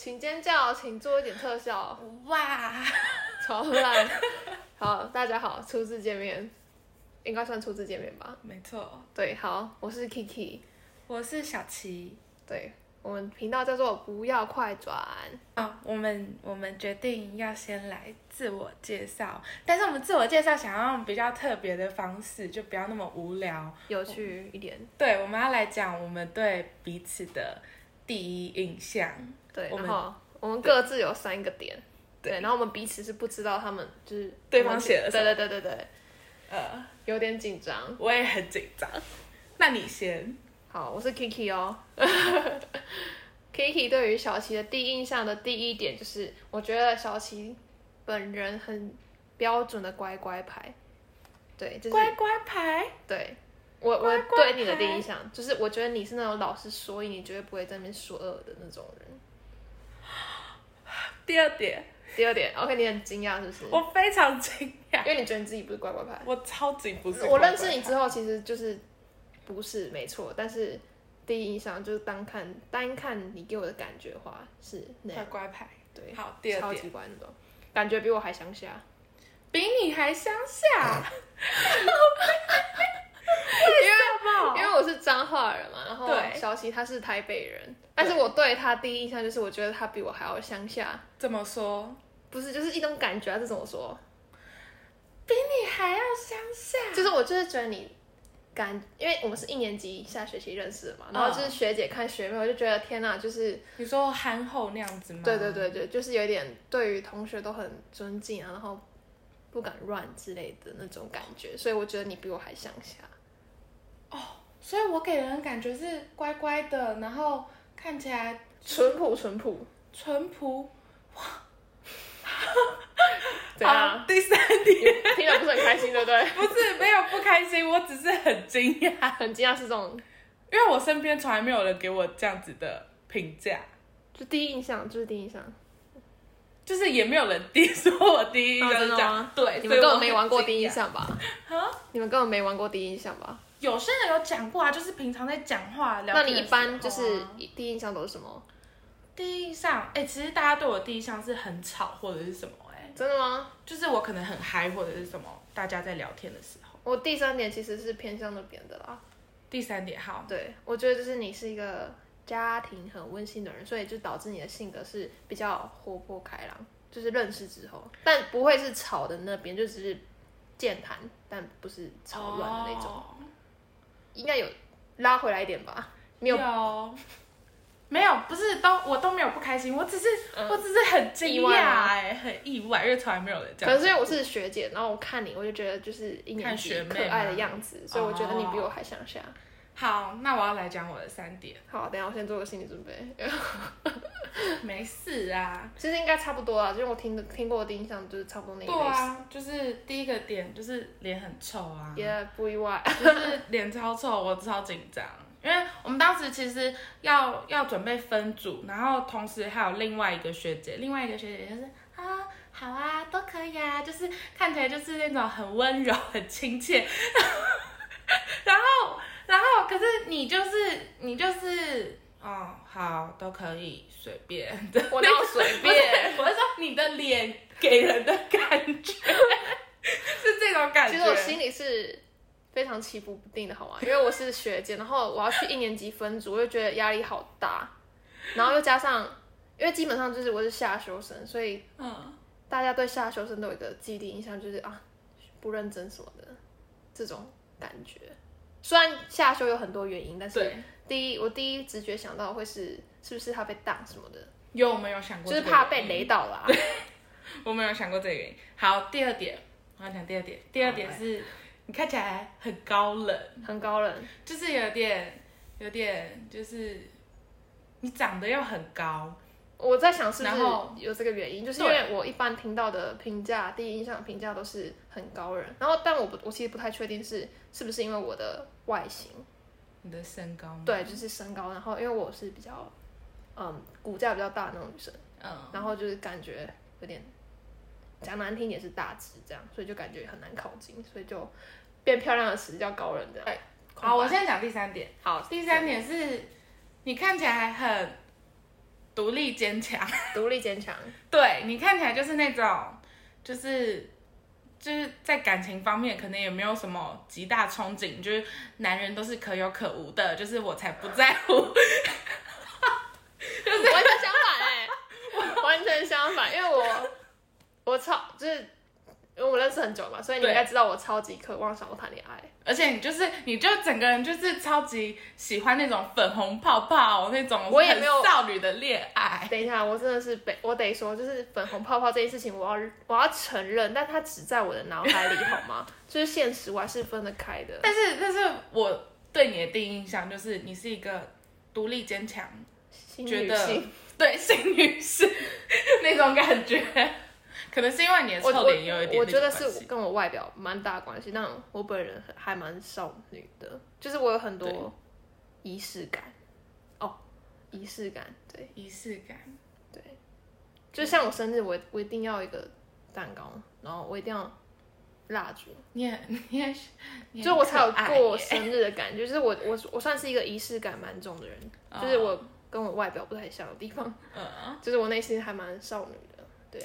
请尖叫，请做一点特效。 哇， 超烂。好，大家好，初次见面，应该算初次见面吧？ 没错。 对，好，我是 Kiki， 我是小琪。 对，我们频道叫做不要快转。 我们决定要先来自我介绍，但是我们自我介绍想要用比较特别的方式，就不要那么无聊， 有趣一点。 对，我们要来讲我们对彼此的第一印象。 对，然后我们各自有3个点。对，然后我们彼此是不知道他们就是对方写了什么。 对，有点紧张。 我也很紧张。那你先。 好，我是 Kiki 哦。Kiki 对于小琪的第一印象的第一点就是，我觉得小琪本人很标准的乖乖牌。对，就是乖乖牌。 对，我对你的第一印象就是，我觉得你是那种老实说一，你绝对不会在那边说二的那种人。 第二点 ，OK， 你很惊讶是不是？ 我非常惊讶， 因为你觉得你自己不是乖乖牌。 我超级不是乖乖牌。 我认识你之后，其实就是不是没错，但是第一印象就是单看你给我的感觉的话是那样。 乖牌。 对， 好，第二点超级乖那种，感觉比我还乡下。 比你还乡下。 因为我是彰化人嘛，然后小琪他是台北人，但是我对他第一印象就是我觉得他比我还要乡下。 怎么说？ 不是，就是一种感觉啊，这怎么说？ 比你还要乡下。 就是我就是觉得你因为我们是1年级下学期认识的嘛，然后就是学姐看学妹，我就觉得天哪，就是你说憨厚那样子吗？ 对，就是有点对于同学都很尊敬啊，然后不敢乱之类的那种感觉，所以我觉得你比我还乡下。 所以我给人感觉是乖乖的，然后看起来淳朴。哇！怎样？ 第3点， 听了不是很开心，对不对？ 不是，没有不开心，我只是很惊讶。 很惊讶是这种， 因为我身边从来没有人给我这样子的评价， 就第一印象， 就是也没有人说我第一印象是这样。对， 你们根本没玩过第一印象吧？你们根本没玩过第一印象吧？ 有些人有讲过啊，就是平常在讲话聊天的时候啊。 那你一般就是第一印象都是什么？ 第一印象，其实大家对我的第一印象是很吵或者是什么， 真的吗？ 就是我可能很嗨或者是什么，大家在聊天的时候。 我第3点其实是偏向那边的啦。 第3点，好。 对，我觉得就是你是一个家庭很温馨的人，所以就导致你的性格是比较活泼开朗，就是认识之后，但不会是吵的那边，就只是健谈，但不是吵乱的那种。应该有拉回来一点吧？ 没有，不是我都没有不开心，我只是很惊讶很意外，因为从来没有人这样。 可能是因为我是学姐，然后我看你，我就觉得就是1年级可爱的样子，所以我觉得你比我还乡下。 好，那我要来讲我的3点。 好，等一下我先做个心理准备。 没事啊， 其实应该差不多啦，就是我听过的第一印象就是差不多那一类。对啊，就是第一个点就是脸很臭啊， 也不意外， 就是脸超臭，我超紧张。因为我们当时其实要准备分组，然后同时还有另外一个学姐就是好啊，都可以啊，就是看起来就是那种很温柔、很亲切。然后可是你就是好，都可以随便。 我哪有随便？ 我是说你的脸给人的感觉是这种感觉。 其实我心里是非常起伏不定的，好吗？因为我是学姐，然后我要去1年级分组，我就觉得压力好大，然后又加上，因为基本上就是我是下修生，所以大家对下修生都有一个既定印象，就是不认真什么的这种感觉。虽然下修有很多原因，但是我第一直觉想到会是不是他被当什么的？ 我没有想过， 就是怕被雷到啦。 我没有想过这个原因。好，第二点，我要讲第二点。第二点是你看起来很高冷，就是有点，就是你长得又很高。 我在想是不是有这个原因，就是因为我一般听到的评价，第一印象的评价都是很高人，然后但我其实不太确定是不是因为我的外形， 你的身高吗？ 对，就是身高，然后因为我是比较骨架比较大的那种女生，然后就是感觉有点讲难听点是大只这样，所以就感觉很难靠近，所以就变漂亮的词叫高人这样。 好，我现在讲第3点。 好， 第3点是你看起来独立坚强， 独立坚强。 对你看起来就是那种，就是在感情方面可能也没有什么极大憧憬，就是男人都是可有可无的，就是我才不在乎。 就是完全相反完全相反，因为我就是因为我认识很久嘛，所以你应该知道我超级渴望想要谈恋爱， 而且你就整个人就是超级喜欢那种粉红泡泡那种很少女的恋爱。 等一下，我真的是我得说，就是粉红泡泡这件事情，我要承认，但它只在我的脑海里好吗？就是现实我还是分得开的。 但是我对你的第一印象就是你是一个独立坚强， 新女性， 对，新女性那种感觉。可能是因为你的臭脸有一点， 我觉得是跟我外表蛮大关系，但我本人还蛮少女的，就是我有很多仪式感。仪式感，对， 仪式感， 对，就像我生日，我一定要一个蛋糕，然后我一定要蜡烛， 你也， 就我才有过生日的感觉，就是我算是一个仪式感蛮重的人，就是我跟我外表不太像的地方，就是我内心还蛮少女的，对。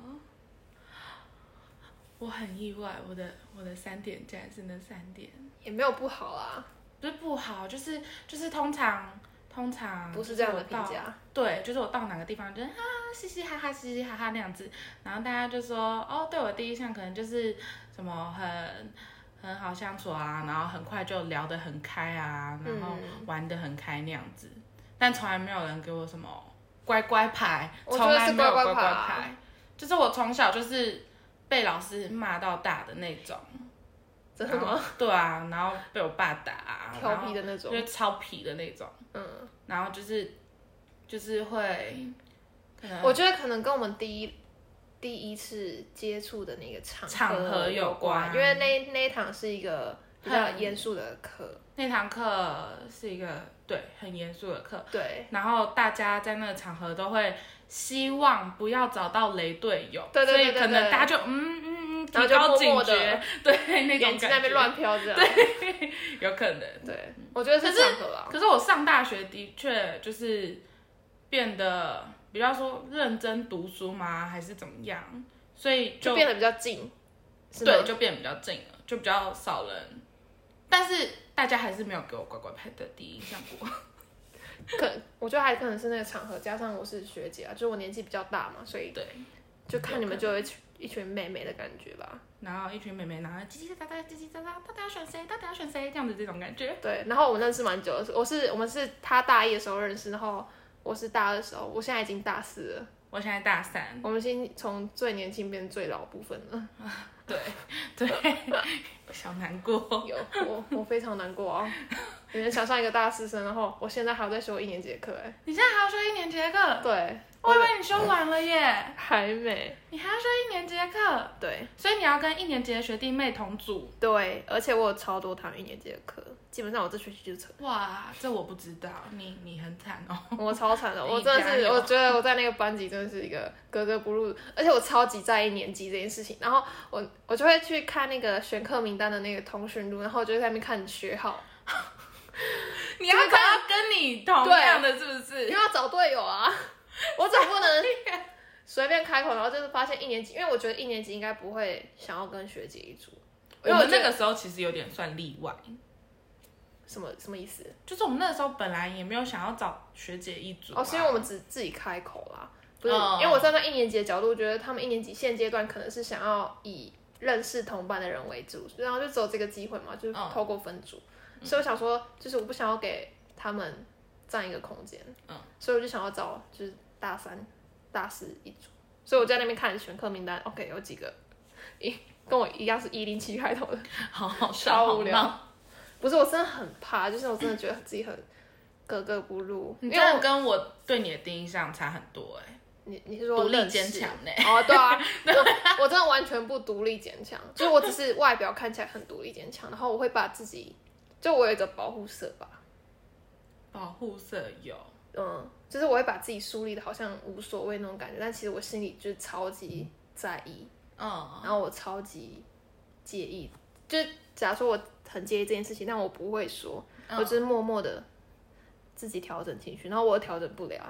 我很意外，我的3点竟然是那3点， 也没有不好啦， 不是不好，就是通常不是这样的评价， 对，就是我到哪个地方就是嘻嘻哈哈嘻嘻哈哈那样子，然后大家就说对我第一印象可能就是什么很好相处啊，然后很快就聊得很开啊，然后玩得很开那样子，但从来没有人给我什么乖乖牌，从来没有乖乖牌，就是我从小就是被老师骂到大的那种。 真的吗？ 对啊，然后被我爸打， 调皮的那种， 就是超皮的那种。然后就是会，可能我觉得可能跟我们第一次接触的那个场合有关，因为那一堂是一个比较严肃的课， 那堂课是一个很严肃的课， 对。 然后大家在那个场合都会希望不要找到雷队友， 对， 所以可能大家就提高警觉，对，那种眼睛在那边乱飘着， 对，有可能， 对，我觉得是场合啊。 可是我上大学的确就是变得比较说认真读书吗，还是怎么样，所以就变得比较近， 对，就变得比较近了，就比较少人，但是大家还是没有给我乖乖牌的第一印象过。 我觉得还可能是那个场合，加上我是学姐啊，就是我年纪比较大嘛，所以对， 就看你们就有一群妹妹的感觉吧。 然后一群妹妹，然后叽叽喳喳，叽叽喳喳，到底要选谁？到底要选谁？这样子这种感觉。 对，然后我们认识蛮久的，我们是他大一的时候认识，然后我是大二的时候，我现在已经大4了， 我现在大3， 我们已经从最年轻变最老部分了。 对，小难过。 有，我非常难过啊！你能想象一个大4生，然后我现在还要再修1年级的课， 你现在还要修1年级的课？ 对， 我以为你修完了耶。 还没。 你还要修1年级的课？ 对， 所以你要跟1年级的学弟妹同组。 对，而且我有超多堂1年级的课，基本上我这学期就扯。 哇，这我不知道，你很惨哦。 我超惨的，我真的是，我觉得我在那个班级真的是一个格格不入，而且我超级在意年级这件事情。然后我就会去看那个选课名单的那个通讯录，然后我就在那边看学号。 你要找跟你同样的，是不是？ 因为要找队友啊，我总不能随便开口，然后就是发现1年级，因为我觉得1年级应该不会想要跟学姐一组。 我们那个时候其实有点算例外。 什么意思？ 就是我们那个时候本来也没有想要找学姐一组， 是因为我们自己开口啦，不是，因为我站在1年级的角度，觉得他们1年级现阶段可能是想要以认识同班的人为主，然后就只有这个机会嘛，就是透过分组。所以我想说，就是我不想要给他们占一个空间，所以我就想要找就是大3、大4一组，所以我在那边看选课名单 ，OK， 有几个，跟我一样是107开头的， 好超无聊。不是，我真的很怕，就是我真的觉得自己很格格不入。 你真的跟我对你的第一印象差很多你是说独立坚强呢？ 对啊，我真的完全不独立坚强，就是我只是外表看起来很独立坚强，然后我会把自己。就我有一个保護色吧， 保護色有， 就是我会把自己梳理的好像无所谓那种感觉，但其实我心里就是超级在意，然后我超级介意，就是假如说我很介意这件事情，但我不会说，我就是默默的自己调整情绪，然后我又调整不了，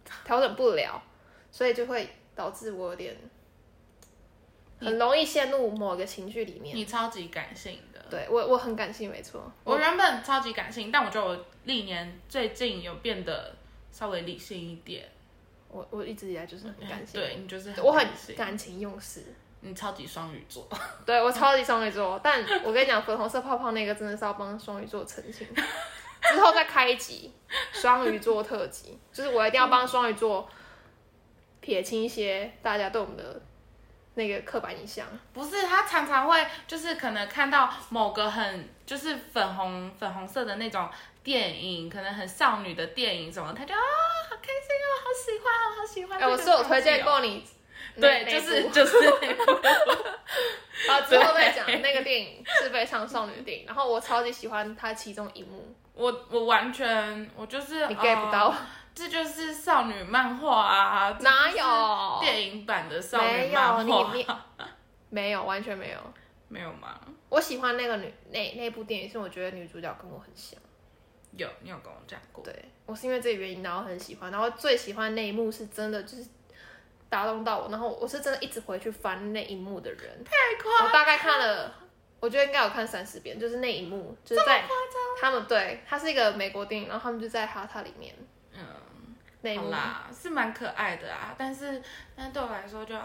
调整不了，所以就会导致我有点很容易陷入某个情绪里面。 你超级感性的。 对，我很感性，没错。 我原本超级感性，但我觉得我历年最近有变得稍微理性一点。 我一直以来就是很感性， 对你就是我很感情用事。 你超级双鱼座。 对，我超级双鱼座，但我跟你讲，粉红色泡泡那个真的是要帮双鱼座澄清，之后再开一集双鱼座特辑，就是我一定要帮双鱼座撇清一些大家对我们的那个刻板印象。 不是，他常常会就是可能看到某个很就是粉红色的那种电影，可能很少女的电影什么，他就好开心哦，好喜欢哦，好喜欢。 我是有推荐过你。 对，就是那部。 啊，之后再讲那个电影是非常少女的电影，然后我超级喜欢它其中一幕。 我完全我就是你 get 不到。 这就是少女漫画啊！ 哪有电影版的少女漫画？ 没有，完全没有。 没有吗？ 我喜欢那个那部电影，是我觉得女主角跟我很像。 有，你有跟我讲过。 对，我是因为这个原因，然后很喜欢，然后最喜欢那一幕是真的就是打动到我，然后我是真的一直回去翻那一幕的人。 太夸张！ 我大概看了，我觉得应该有看30遍，就是那一幕，就是在他们对，它是一个美国电影，然后他们就在哈塔里面。 好啦，是蛮可爱的啊，但是对我来说就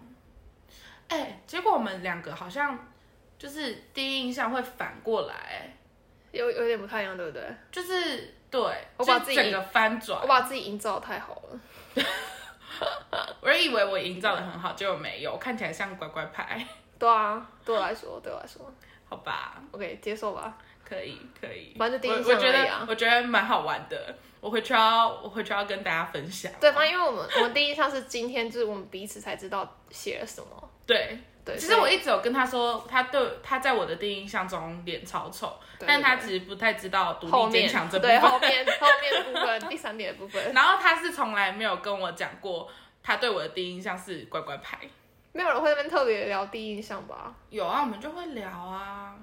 结果我们两个好像就是第一印象会反过来， 有点不太一样，对不对？ 就是对， 我把自己整个翻转， 我把自己营造得太好了。 我以为我营造的很好，结果没有，看起来像乖乖牌。对啊，对我来说， 好吧 ，OK， 接受吧。 可以， 反正就第一印象而已啊。 我觉得蛮好玩的，我回去要跟大家分享。 对，反正因为我们第一印象是今天，就是我们彼此才知道写了什么。 对，其实我一直有跟他说，他在我的第一印象中脸超丑，但他其实不太知道独立坚强这部分。 对，后面部分，第3点的部分。 然后他是从来没有跟我讲过，他对我的第一印象是乖乖牌。 没有人会在那边特别聊第一印象吧？ 有啊，我们就会聊啊。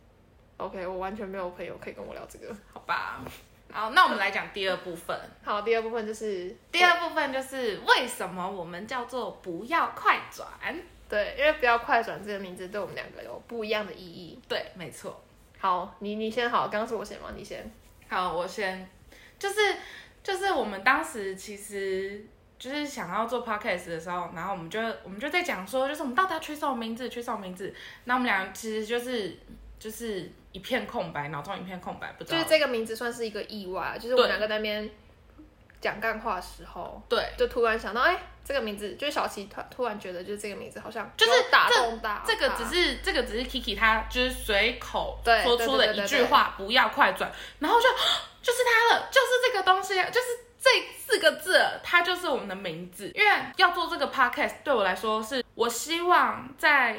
OK， 我完全没有朋友可以跟我聊这个， 好吧？好，那我们来讲第二部分。 好，第二部分就是为什么我们叫做不要快转？ 对，因为不要快转这个名字对我们两个有不一样的意义。 对，没错。 好，你先好，刚刚是我先吗？你先。 好，我先。就是我们当时其实就是想要做 podcast 的时候，然后我们就在讲说，就是我们到底要取什么名字？那我们俩其实就是一片空白，脑中一片空白，不知道。 就是这个名字算是一个意外，就是我们两个在那边讲干话的时候， 对， 就突然想到，这个名字，就是小琪突然觉得，就是这个名字好像就是打动他。 这个只是 Kiki 他就是随口说出了一句话，不要快转，然后就是他了，就是这个东西，就是这4个字，它就是我们的名字。因为要做这个 podcast 对我来说，是我希望在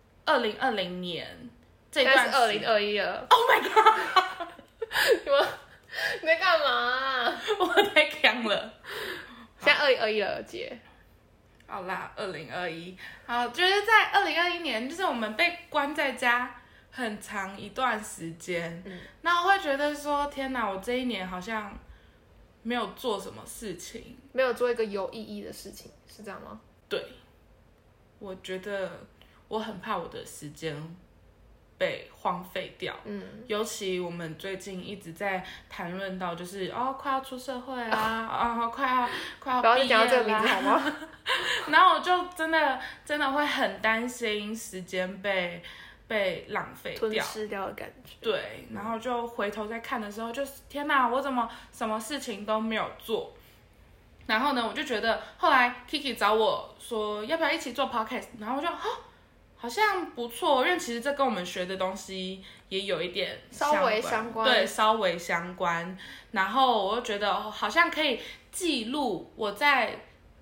2020年。 现在是2021了。 Oh my god！ 你在干嘛？ 我太强了。 现在2021了，姐。 好啦，2021。好，就是在2021年，就是我们被关在家很长一段时间。那我会觉得说，天哪，我这一年好像没有做什么事情， 没有做一个有意义的事情，是这样吗？ 对。我觉得我很怕我的时间被荒废掉，尤其我们最近一直在谈论到，就是快要出社会啦，快要不要毕业啦， 讲到这个名字好吗？ 然后我就真的会很担心时间被浪费掉、 吞噬掉的感觉。 对，然后就回头再看的时候，就天哪，我怎么什么事情都没有做？然后呢，我就觉得后来 Kiki 找我说要不要一起做 podcast， 然后我就好像不错，因为其实这跟我们学的东西也有一点稍微相关， 对，稍微相关。然后我就觉得好像可以记录我在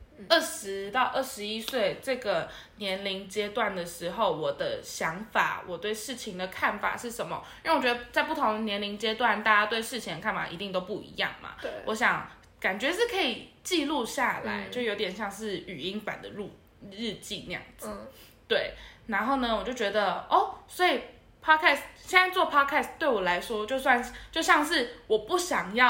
20到21岁这个年龄阶段的时候，我的想法，我对事情的看法是什么？因为我觉得在不同的年龄阶段，大家对事情的看法一定都不一样嘛。 对， 我想感觉是可以记录下来，就有点像是语音版的日记那样子。对。然后呢，我就觉得所以 podcast 现在做 podcast 对我来说，就像是我不想要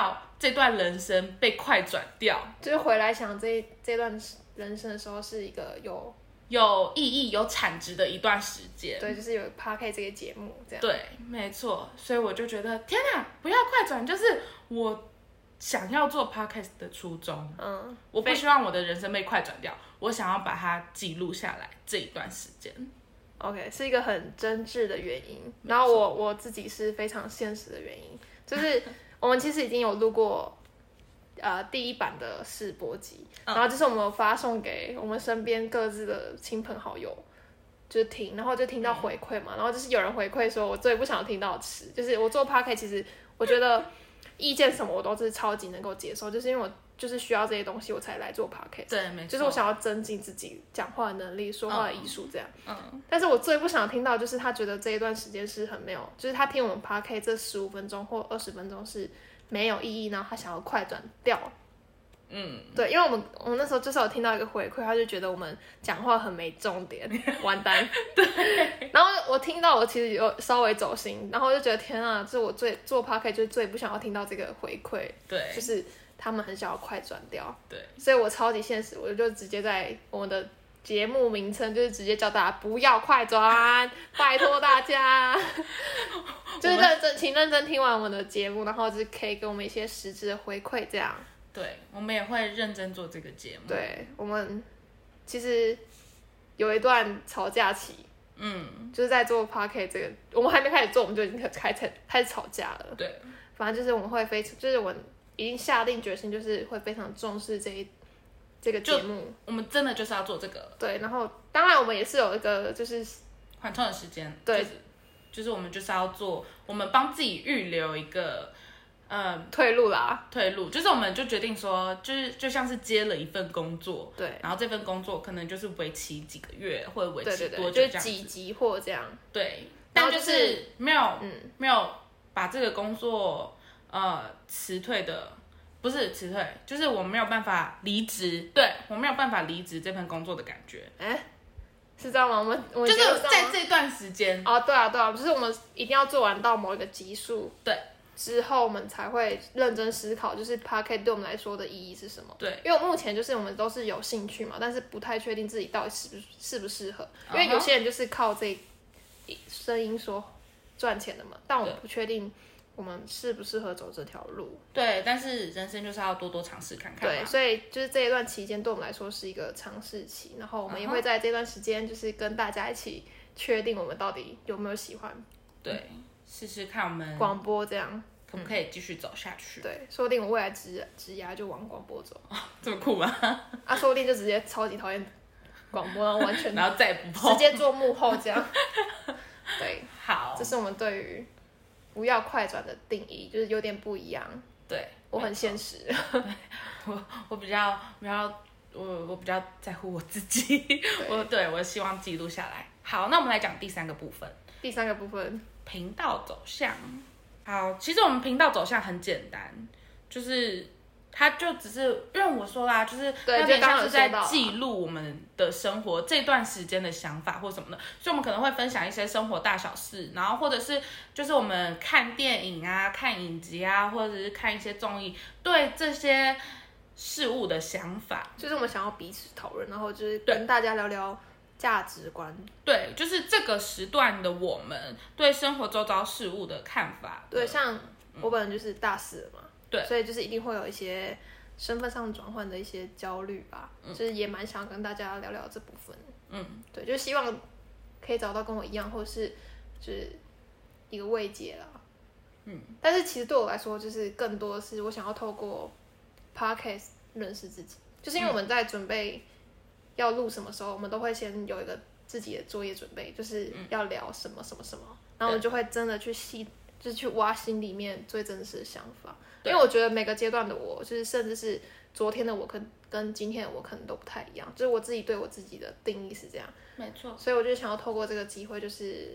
这段人生被快转掉， 就是回来想这段人生的时候，是一个有意义、有产值的一段时间。 对，就是有 Podcast 这个节目这样。 对，没错。所以我就觉得，天哪，不要快转，就是我想要做 Podcast 的初衷。我不希望我的人生被快转掉，我想要把它记录下来这一段时间。 OK， 是一个很真挚的原因。然后我自己是非常现实的原因，就是我们其实已经有录过。第一版的试播集，然后就是我们发送给我们身边各自的亲朋好友，就是听，然后就听到回馈嘛，然后就是有人回馈说，我最不想听到的词，就是我做 podcast， 其实我觉得意见什么我都是超级能够接受，就是因为我就是需要这些东西我才来做 podcast， 对，没错， 就是我想要增进自己讲话的能力、说话的艺术这样，但是我最不想听到就是他觉得这一段时间是很没有，就是他听我们 podcast 这15分钟或20分钟是没有意义，然后他想要快转掉。对，因为我们那时候就是有听到一个回馈，他就觉得我们讲话很没重点，完蛋。对。然后我听到，我其实有稍微走心，然后我就觉得天啊，这是我做 podcast 就是最不想要听到这个回馈。对。就是他们很想要快转掉。对。所以我超级现实，我就直接在我们的节目名称就是直接叫大家不要快转，拜托大家。就是请认真听完我们的节目，然后就是可以给我们一些实质的回馈，这样。 对，我们也会认真做这个节目。 对，我们其实有一段吵架期，就是在做 podcast 这个，我们还没开始做，我们就已经开始吵架了。对，反正就是我们会就是我已经下定决心，就是会非常重视这个节目。 我们真的就是要做这个。 对，然后当然我们也是有一个就是缓冲的时间。 对， 就是我们就是要做，我们帮自己预留一个。 退路啦， 就是我们就决定说，就像是接了一份工作， 对， 然后这份工作可能就是为期几个月或者为期多久这样子，就是几集或这样， 对，但就是没有把这个工作辞退的，不是辞退，就是我没有办法离职，对我没有办法离职这份工作的感觉， 是这样吗？我们就是在这段时间对啊，就是我们一定要做完到某一个集数，对。之后我们才会认真思考，就是 podcast 对我们来说的意义是什么？对，因为目前就是我们都是有兴趣嘛，但是不太确定自己到底适不适合。因为有些人就是靠这声音说赚钱的嘛，但我们不确定我们适不适合走这条路。 对，但是人生就是要多多尝试看看。 对，所以就是这一段期间对我们来说是一个尝试期，然后我们也会在这段时间就是跟大家一起确定我们到底有没有喜欢。 对。试试看我们广播这样可不可以继续走下去？ 对，说不定我未来职涯就往广播走。 这么酷吗？ 说不定就直接超级讨厌广播，然后完全然后再也不碰， 直接做幕后这样。对， 好， 这是我们对于不要快转的定义，就是有点不一样。对，我很现实。 我比较我比较在乎我自己。我希望记录下来。好，那我们来讲第3个部分。 第3个部分。 频道走向，好，其实我们频道走向很简单，就是它就只是因为我说啦，就是有点像是在记录我们的生活这段时间的想法或什么的，所以我们可能会分享一些生活大小事，然后或者是就是我们看电影啊、看影集啊，或者是看一些综艺，对这些事物的想法， 就是我们想要彼此讨论，然后就是跟大家聊聊。价值观， 对，就是这个时段的我们对生活周遭事物的看法。 对，像我本人就是大4了嘛，对，所以就是一定会有一些身份上转换的一些焦虑吧，就是也蛮想跟大家聊聊这部分。对，就希望可以找到跟我一样，或者是就是一个慰藉啦。但是其实对我来说，就是更多的是我想要透过 podcast 认识自己，就是因为我们在准备。要录什么时候，我们都会先有一个自己的作业准备，就是要聊什么什么什么，然后我们就会真的就是去挖心里面最真实的想法。因为我觉得每个阶段的我，就是甚至是昨天的我跟今天的我可能都不太一样，就是我自己对我自己的定义是这样。 没错。 所以我就想要透过这个机会，就是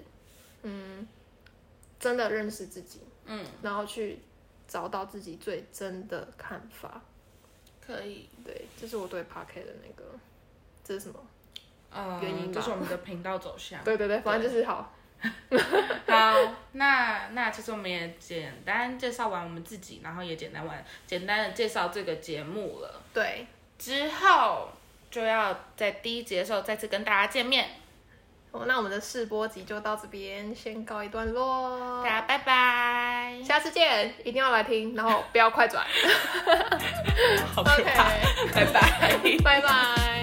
真的认识自己，然后去找到自己最真的看法。 可以。 对，这是我对 Podcast 的这是什么原因吧？ 就是我们的频道走向。 对，反正就是好。 好，那其实我们也简单介绍完我们自己，然后也简单的介绍这个节目了。 对， 之后就要在第一集的时候再次跟大家见面。 那我们的试播集就到这边先告一段落， 大家拜拜， 下次见，一定要来听，然后不要快转。 好可怕，拜拜， 拜拜。